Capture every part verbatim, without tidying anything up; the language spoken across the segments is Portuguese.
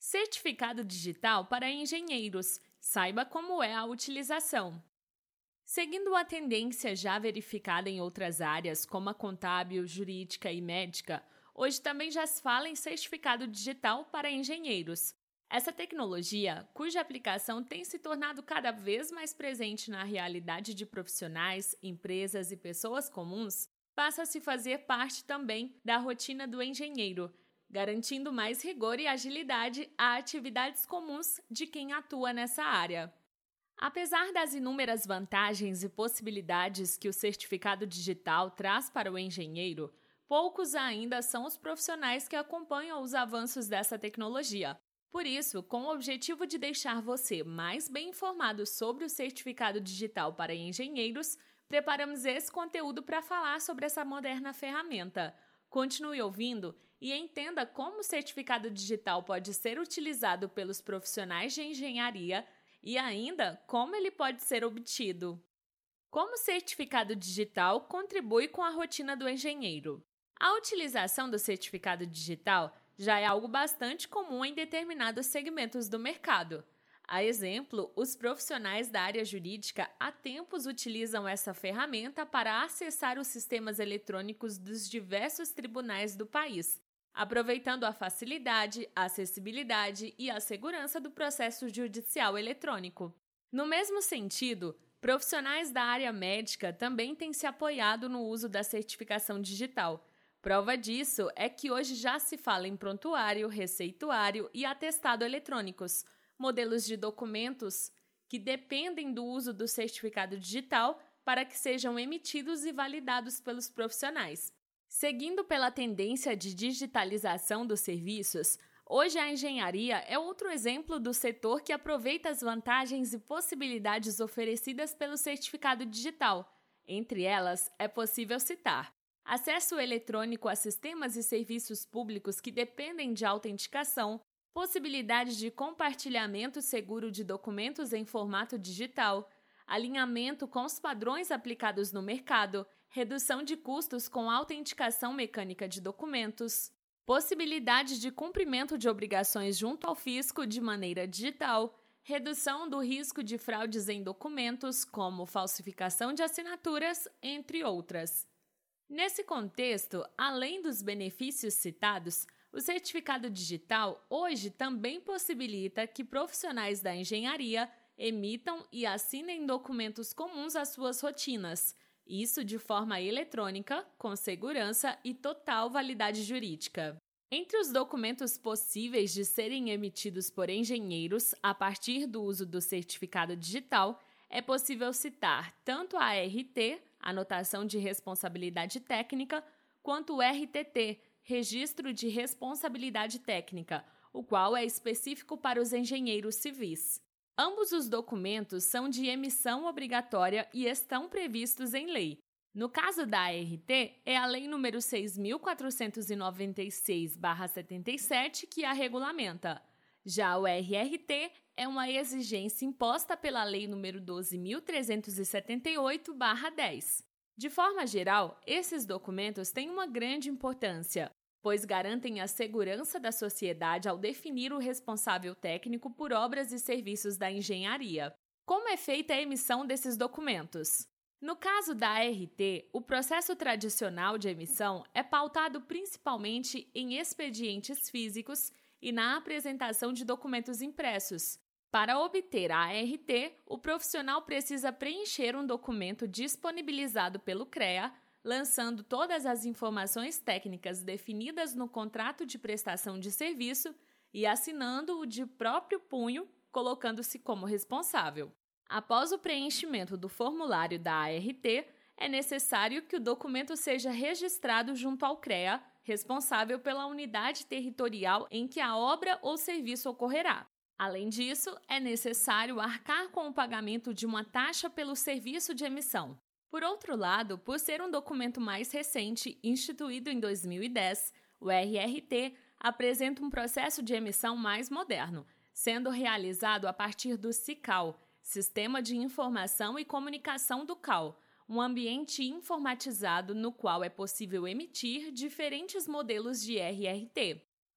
Certificado digital para engenheiros. Saiba como é a utilização. Seguindo a tendência já verificada em outras áreas, como a contábil, jurídica e médica, hoje também já se fala em certificado digital para engenheiros. Essa tecnologia, cuja aplicação tem se tornado cada vez mais presente na realidade de profissionais, empresas e pessoas comuns, passa a se fazer parte também da rotina do engenheiro, garantindo mais rigor e agilidade a atividades comuns de quem atua nessa área. Apesar das inúmeras vantagens e possibilidades que o certificado digital traz para o engenheiro, poucos ainda são os profissionais que acompanham os avanços dessa tecnologia. Por isso, com o objetivo de deixar você mais bem informado sobre o certificado digital para engenheiros, preparamos esse conteúdo para falar sobre essa moderna ferramenta. Continue ouvindo e entenda como o certificado digital pode ser utilizado pelos profissionais de engenharia e ainda como ele pode ser obtido. Como o certificado digital contribui com a rotina do engenheiro? A utilização do certificado digital já é algo bastante comum em determinados segmentos do mercado. A exemplo, os profissionais da área jurídica há tempos utilizam essa ferramenta para acessar os sistemas eletrônicos dos diversos tribunais do país, aproveitando a facilidade, a acessibilidade e a segurança do processo judicial eletrônico. No mesmo sentido, profissionais da área médica também têm se apoiado no uso da certificação digital. Prova disso é que hoje já se fala em prontuário, receituário e atestado eletrônicos, modelos de documentos que dependem do uso do certificado digital para que sejam emitidos e validados pelos profissionais. Seguindo pela tendência de digitalização dos serviços, hoje a engenharia é outro exemplo do setor que aproveita as vantagens e possibilidades oferecidas pelo certificado digital. Entre elas, é possível citar acesso eletrônico a sistemas e serviços públicos que dependem de autenticação, possibilidade de compartilhamento seguro de documentos em formato digital, alinhamento com os padrões aplicados no mercado, redução de custos com autenticação mecânica de documentos, possibilidade de cumprimento de obrigações junto ao fisco de maneira digital, redução do risco de fraudes em documentos, como falsificação de assinaturas, entre outras. Nesse contexto, além dos benefícios citados, o certificado digital hoje também possibilita que profissionais da engenharia emitam e assinem documentos comuns às suas rotinas, isso de forma eletrônica, com segurança e total validade jurídica. Entre os documentos possíveis de serem emitidos por engenheiros a partir do uso do certificado digital, é possível citar tanto a R T, Anotação de Responsabilidade Técnica, quanto o R T T, Registro de Responsabilidade Técnica, o qual é específico para os engenheiros civis. Ambos os documentos são de emissão obrigatória e estão previstos em lei. No caso da A R T, é a Lei nº seis mil quatrocentos e noventa e seis barra setenta e sete que a regulamenta. Já o R R T é uma exigência imposta pela Lei nº doze mil trezentos e setenta e oito barra dez. De forma geral, esses documentos têm uma grande importância, pois garantem a segurança da sociedade ao definir o responsável técnico por obras e serviços da engenharia. Como é feita a emissão desses documentos? No caso da A R T, o processo tradicional de emissão é pautado principalmente em expedientes físicos e na apresentação de documentos impressos. Para obter a A R T, o profissional precisa preencher um documento disponibilizado pelo CREA, lançando todas as informações técnicas definidas no contrato de prestação de serviço e assinando-o de próprio punho, colocando-se como responsável. Após o preenchimento do formulário da A R T, é necessário que o documento seja registrado junto ao CREA, responsável pela unidade territorial em que a obra ou serviço ocorrerá. Além disso, é necessário arcar com o pagamento de uma taxa pelo serviço de emissão. Por outro lado, por ser um documento mais recente, instituído em dois mil e dez, o R R T apresenta um processo de emissão mais moderno, sendo realizado a partir do SICAL, Sistema de Informação e Comunicação do C A U, um ambiente informatizado no qual é possível emitir diferentes modelos de R R T.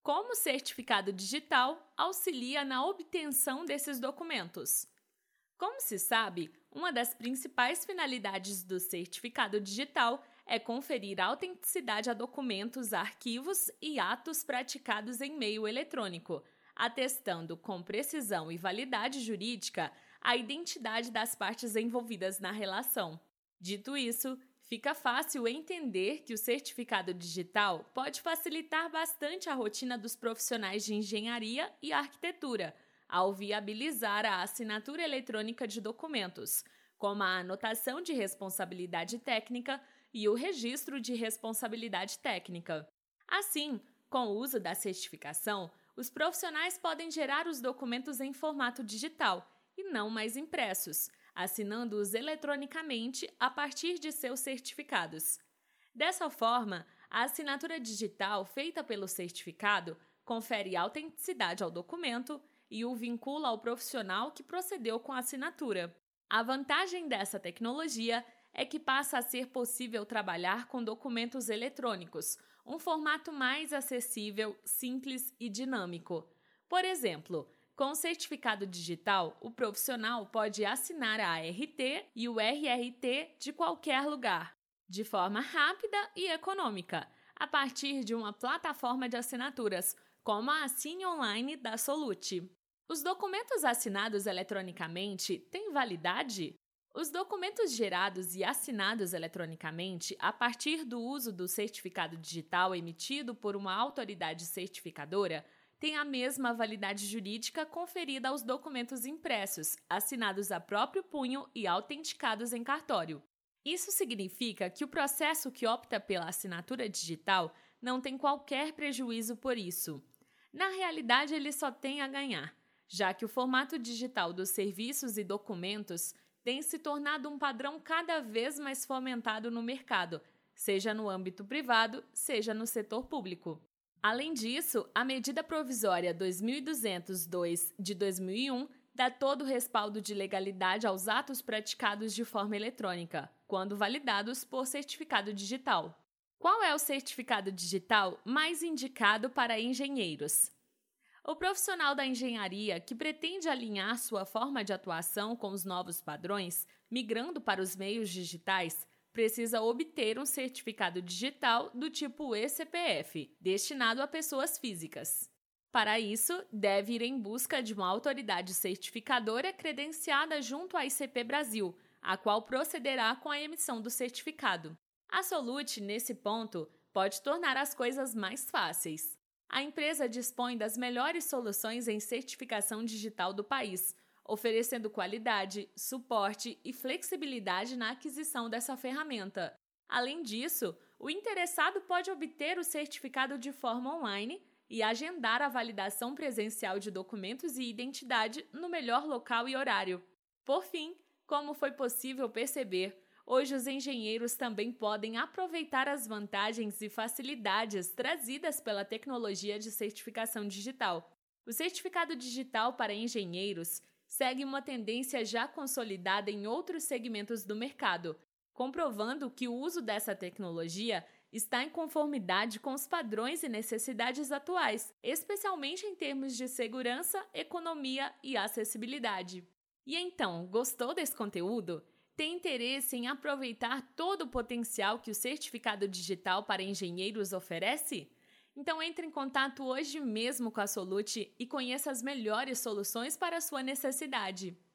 Como o certificado digital auxilia na obtenção desses documentos? Como se sabe, uma das principais finalidades do certificado digital é conferir autenticidade a documentos, arquivos e atos praticados em meio eletrônico, atestando com precisão e validade jurídica a identidade das partes envolvidas na relação. Dito isso, fica fácil entender que o certificado digital pode facilitar bastante a rotina dos profissionais de engenharia e arquitetura, ao viabilizar a assinatura eletrônica de documentos, como a anotação de responsabilidade técnica e o registro de responsabilidade técnica. Assim, com o uso da certificação, os profissionais podem gerar os documentos em formato digital e não mais impressos, assinando-os eletronicamente a partir de seus certificados. Dessa forma, a assinatura digital feita pelo certificado confere autenticidade ao documento e o vincula ao profissional que procedeu com a assinatura. A vantagem dessa tecnologia é que passa a ser possível trabalhar com documentos eletrônicos, um formato mais acessível, simples e dinâmico. Por exemplo, com o certificado digital, o profissional pode assinar a A R T e o R R T de qualquer lugar, de forma rápida e econômica, a partir de uma plataforma de assinaturas, como a Assine Online da Solute. Os documentos assinados eletronicamente têm validade? Os documentos gerados e assinados eletronicamente a partir do uso do certificado digital emitido por uma autoridade certificadora têm a mesma validade jurídica conferida aos documentos impressos, assinados a próprio punho e autenticados em cartório. Isso significa que o processo que opta pela assinatura digital não tem qualquer prejuízo por isso. Na realidade, ele só tem a ganhar, já que o formato digital dos serviços e documentos tem se tornado um padrão cada vez mais fomentado no mercado, seja no âmbito privado, seja no setor público. Além disso, a Medida Provisória dois mil duzentos e dois de dois mil e um dá todo o respaldo de legalidade aos atos praticados de forma eletrônica, quando validados por certificado digital. Qual é o certificado digital mais indicado para engenheiros? O profissional da engenharia que pretende alinhar sua forma de atuação com os novos padrões, migrando para os meios digitais, precisa obter um certificado digital do tipo E C P F, destinado a pessoas físicas. Para isso, deve ir em busca de uma autoridade certificadora credenciada junto à I C P Brasil, a qual procederá com a emissão do certificado. A Solute, nesse ponto, pode tornar as coisas mais fáceis. A empresa dispõe das melhores soluções em certificação digital do país, oferecendo qualidade, suporte e flexibilidade na aquisição dessa ferramenta. Além disso, o interessado pode obter o certificado de forma online e agendar a validação presencial de documentos e identidade no melhor local e horário. Por fim, como foi possível perceber, hoje os engenheiros também podem aproveitar as vantagens e facilidades trazidas pela tecnologia de certificação digital. O certificado digital para engenheiros segue uma tendência já consolidada em outros segmentos do mercado, comprovando que o uso dessa tecnologia está em conformidade com os padrões e necessidades atuais, especialmente em termos de segurança, economia e acessibilidade. E então, gostou desse conteúdo? Tem interesse em aproveitar todo o potencial que o certificado digital para engenheiros oferece? Então entre em contato hoje mesmo com a Solute e conheça as melhores soluções para a sua necessidade.